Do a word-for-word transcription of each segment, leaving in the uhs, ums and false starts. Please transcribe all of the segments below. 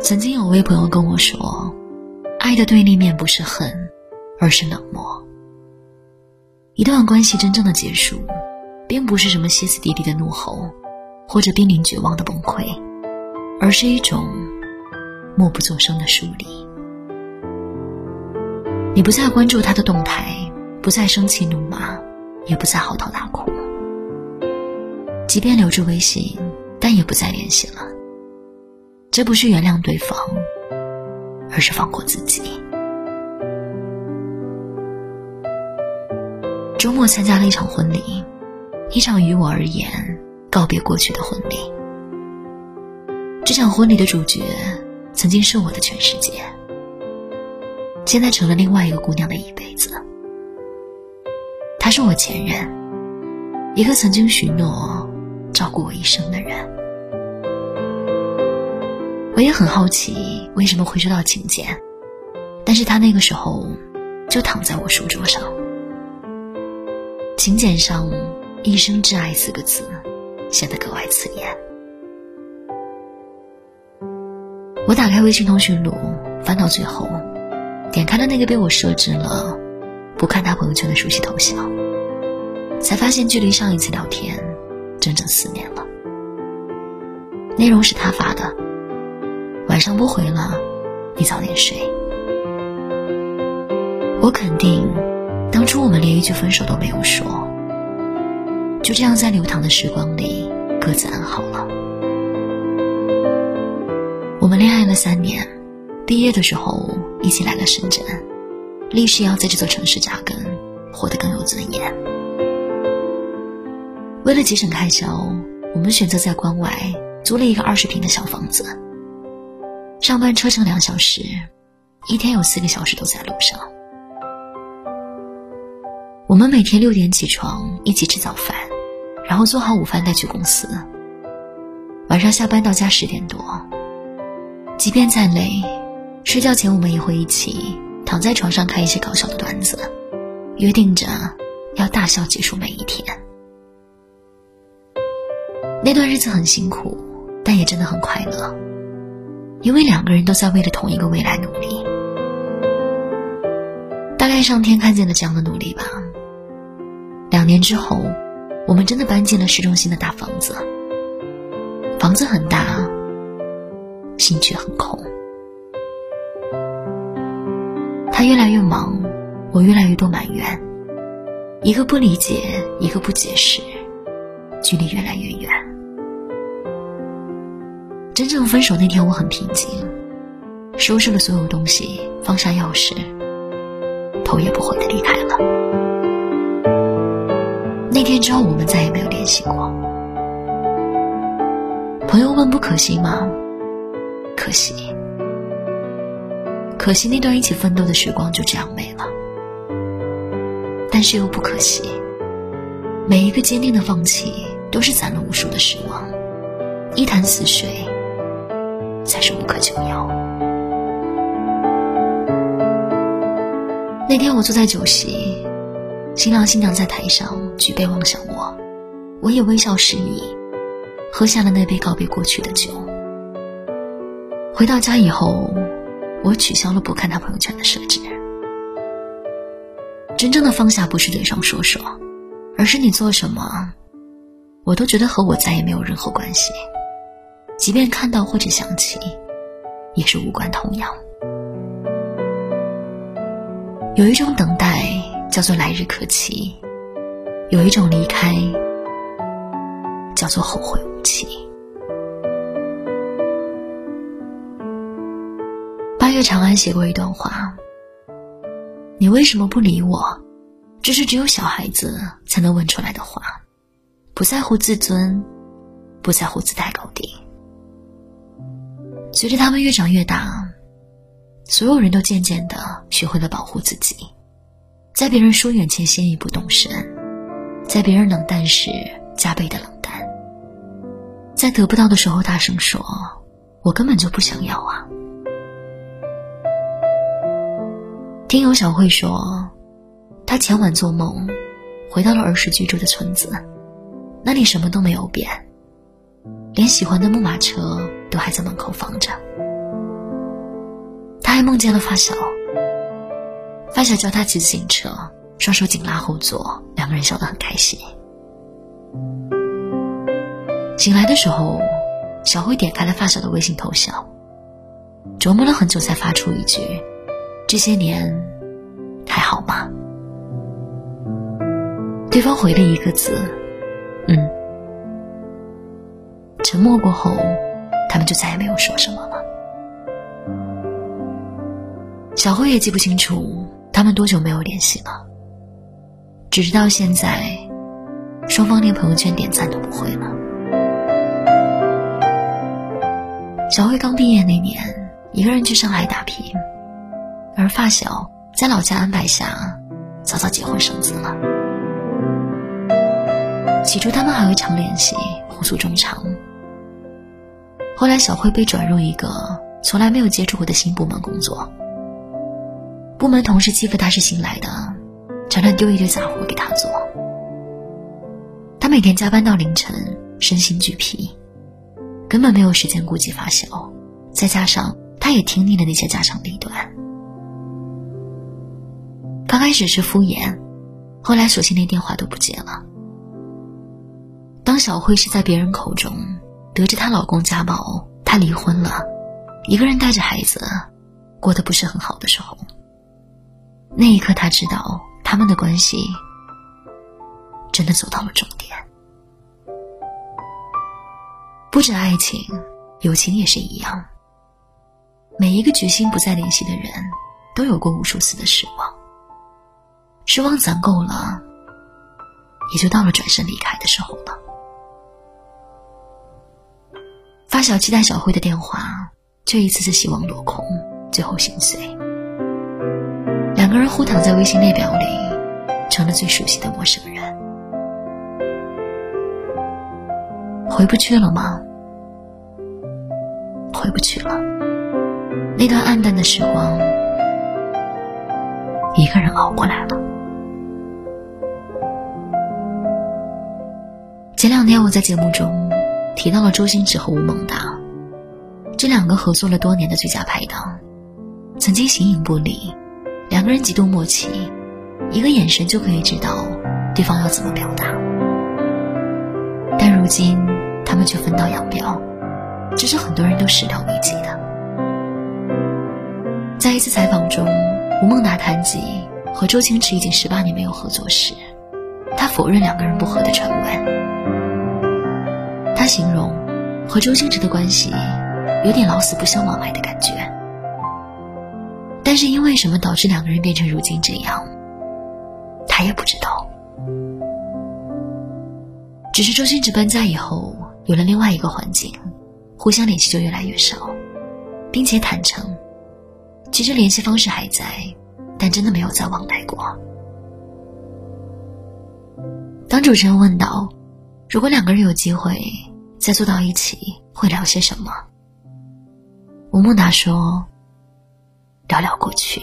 曾经有位朋友跟我说，爱的对立面不是恨，而是冷漠。一段关系真正的结束，并不是什么歇斯底里的怒吼，或者濒临绝望的崩溃，而是一种默不作声的疏离。你不再关注他的动态，不再生气怒骂，也不再嚎啕大哭，即便留着微信，但也不再联系了。这不是原谅对方，而是放过自己。周末参加了一场婚礼，一场于我而言告别过去的婚礼。这场婚礼的主角曾经是我的全世界，现在成了另外一个姑娘的一辈子。他是我前任，一个曾经许诺照顾我一生的人。我也很好奇为什么会收到请柬，但是他那个时候就躺在我书桌上。请柬上一生挚爱四个字显得格外刺眼。我打开微信通讯录，翻到最后，点开了那个被我设置了不看他朋友圈的熟悉头像，才发现距离上一次聊天整整四年了。内容是他发的，晚上不回了，你早点睡。我肯定当初我们连一句分手都没有说，就这样在流淌的时光里各自安好了。我们恋爱了三年，毕业的时候一起来了深圳，立誓要在这座城市扎根，活得更有尊严。为了节省开销，我们选择在关外租了一个二十平的小房子，上班车程两小时，一天有四个小时都在路上。我们每天六点起床，一起吃早饭，然后做好午饭带去公司。晚上下班到家十点多，即便再累，睡觉前我们也会一起躺在床上看一些搞笑的段子，约定着要大笑结束每一天。那段日子很辛苦，但也真的很快乐，因为两个人都在为了同一个未来努力。大概上天看见了这样的努力吧。两年之后，我们真的搬进了市中心的大房子。房子很大，心却很空。他越来越忙，我越来越多埋怨，一个不理解，一个不解释，距离越来越远。真正分手那天我很平静，收拾了所有东西，放下钥匙，头也不回地离开了。那天之后我们再也没有联系过。朋友问不可惜吗？可惜。可惜那段一起奋斗的时光就这样没了，但是又不可惜，每一个坚定的放弃都是攒了无数的失望，一潭死水才是无可救药。那天我坐在酒席，新郎新娘在台上举杯望向我，我也微笑示意，喝下了那杯告别过去的酒。回到家以后，我取消了不看他朋友圈的设置。真正的放下不是嘴上说说，而是你做什么我都觉得和我再也没有任何关系，即便看到或者想起也是无关痛痒。有一种等待叫做来日可期，有一种离开叫做后会无期。八月长安写过一段话，你为什么不理我？这是只有小孩子才能问出来的话，不在乎自尊，不在乎姿态高低。随着他们越长越大，所有人都渐渐地学会了保护自己，在别人疏远前先一步动身，在别人冷淡时加倍的冷淡，在得不到的时候大声说我根本就不想要啊。听友小慧说，她前晚做梦回到了儿时居住的村子，那里什么都没有变，连喜欢的木马车都还在门口放着。 还梦见了发小，发小教他骑自行车，双手紧拉后座，两个人笑得很开心。醒来的时候，小慧点开了发小的微信头像，琢磨了很久才发出一句：这些年还好吗？对方回了一个字：嗯。沉默过后，他们就再也没有说什么了。小慧也记不清楚他们多久没有联系了，只知道现在双方连朋友圈点赞都不会了。小慧刚毕业那年，一个人去上海打拼，而发小在老家安排下早早结婚生子了。起初他们还会常联系，互诉衷肠。后来小慧被转入一个从来没有接触过的新部门工作，部门同事欺负她是新来的，常常丢一堆杂活给她做。她每天加班到凌晨，身心俱疲，根本没有时间顾及发小，再加上她也听腻了那些家长里短。刚开始是敷衍，后来索性连电话都不接了。当小慧是在别人口中得知她老公家暴，她离婚了，一个人带着孩子过得不是很好的时候，那一刻她知道他们的关系真的走到了终点。不止爱情，友情也是一样。每一个决心不再联系的人都有过无数次的失望，失望攒够了，也就到了转身离开的时候了。发小期待小慧的电话，却一次次希望落空，最后心碎。两个人互躺在微信列表里，成了最熟悉的陌生人。回不去了吗？回不去了。那段暗淡的时光，一个人熬过来了。前两天我在节目中提到了周星驰和吴孟达，这两个合作了多年的最佳拍档，曾经形影不离，两个人极度默契，一个眼神就可以知道对方要怎么表达。但如今他们却分道扬镳，这是很多人都始料未及的。在一次采访中，吴孟达谈及和周星驰已经十八年没有合作时，他否认两个人不和的传闻。他形容和周星驰的关系有点老死不相往来的感觉，但是因为什么导致两个人变成如今这样，他也不知道。只是周星驰搬家以后有了另外一个环境，互相联系就越来越少，并且坦诚其实联系方式还在，但真的没有再往来过。当主持人问到如果两个人有机会再坐到一起会聊些什么，吴孟达说聊聊过去。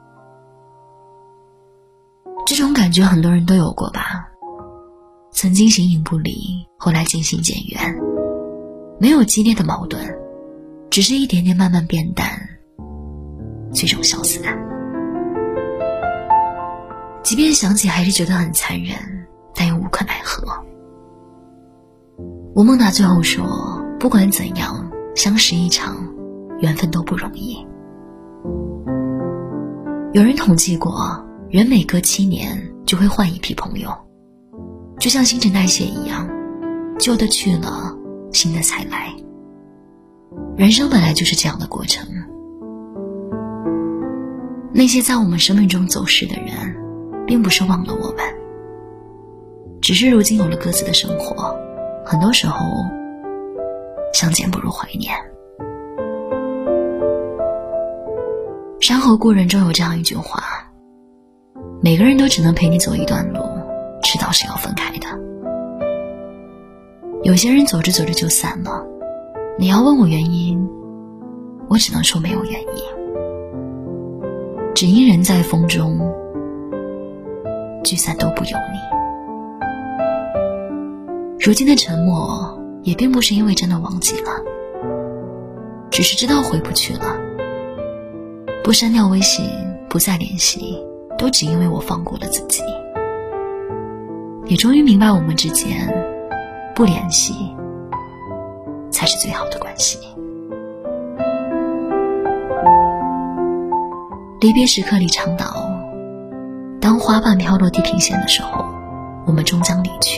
这种感觉很多人都有过吧，曾经形影不离，后来渐行渐远，没有激烈的矛盾，只是一点点慢慢变淡，最终消散。即便想起还是觉得很残忍，但又无可奈何。吴孟达最后说，不管怎样，相识一场，缘分都不容易。有人统计过，人每隔七年就会换一批朋友，就像新陈代谢一样，旧的去了，新的才来。人生本来就是这样的过程。那些在我们生命中走失的人，并不是忘了我们，只是如今有了各自的生活，很多时候相见不如怀念。山河故人中有这样一句话，每个人都只能陪你走一段路，迟早是要分开的。有些人走着走着就散了，你要问我原因，我只能说没有原因，只因人在风中，聚散都不由你。如今的沉默也并不是因为真的忘记了，只是知道回不去了， 不删掉微信，不再联系，都只因为我放过了自己。也终于明白，我们之间不联系才是最好的关系。离别时刻里倡导，当花瓣飘落地平线的时候，我们终将离去。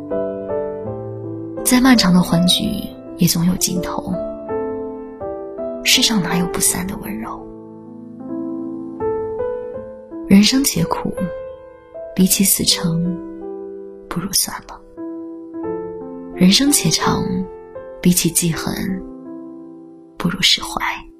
再漫长的欢聚也总有尽头，世上哪有不散的温柔？人生且苦，比起死撑，不如算了。人生且长，比起记恨，不如释怀。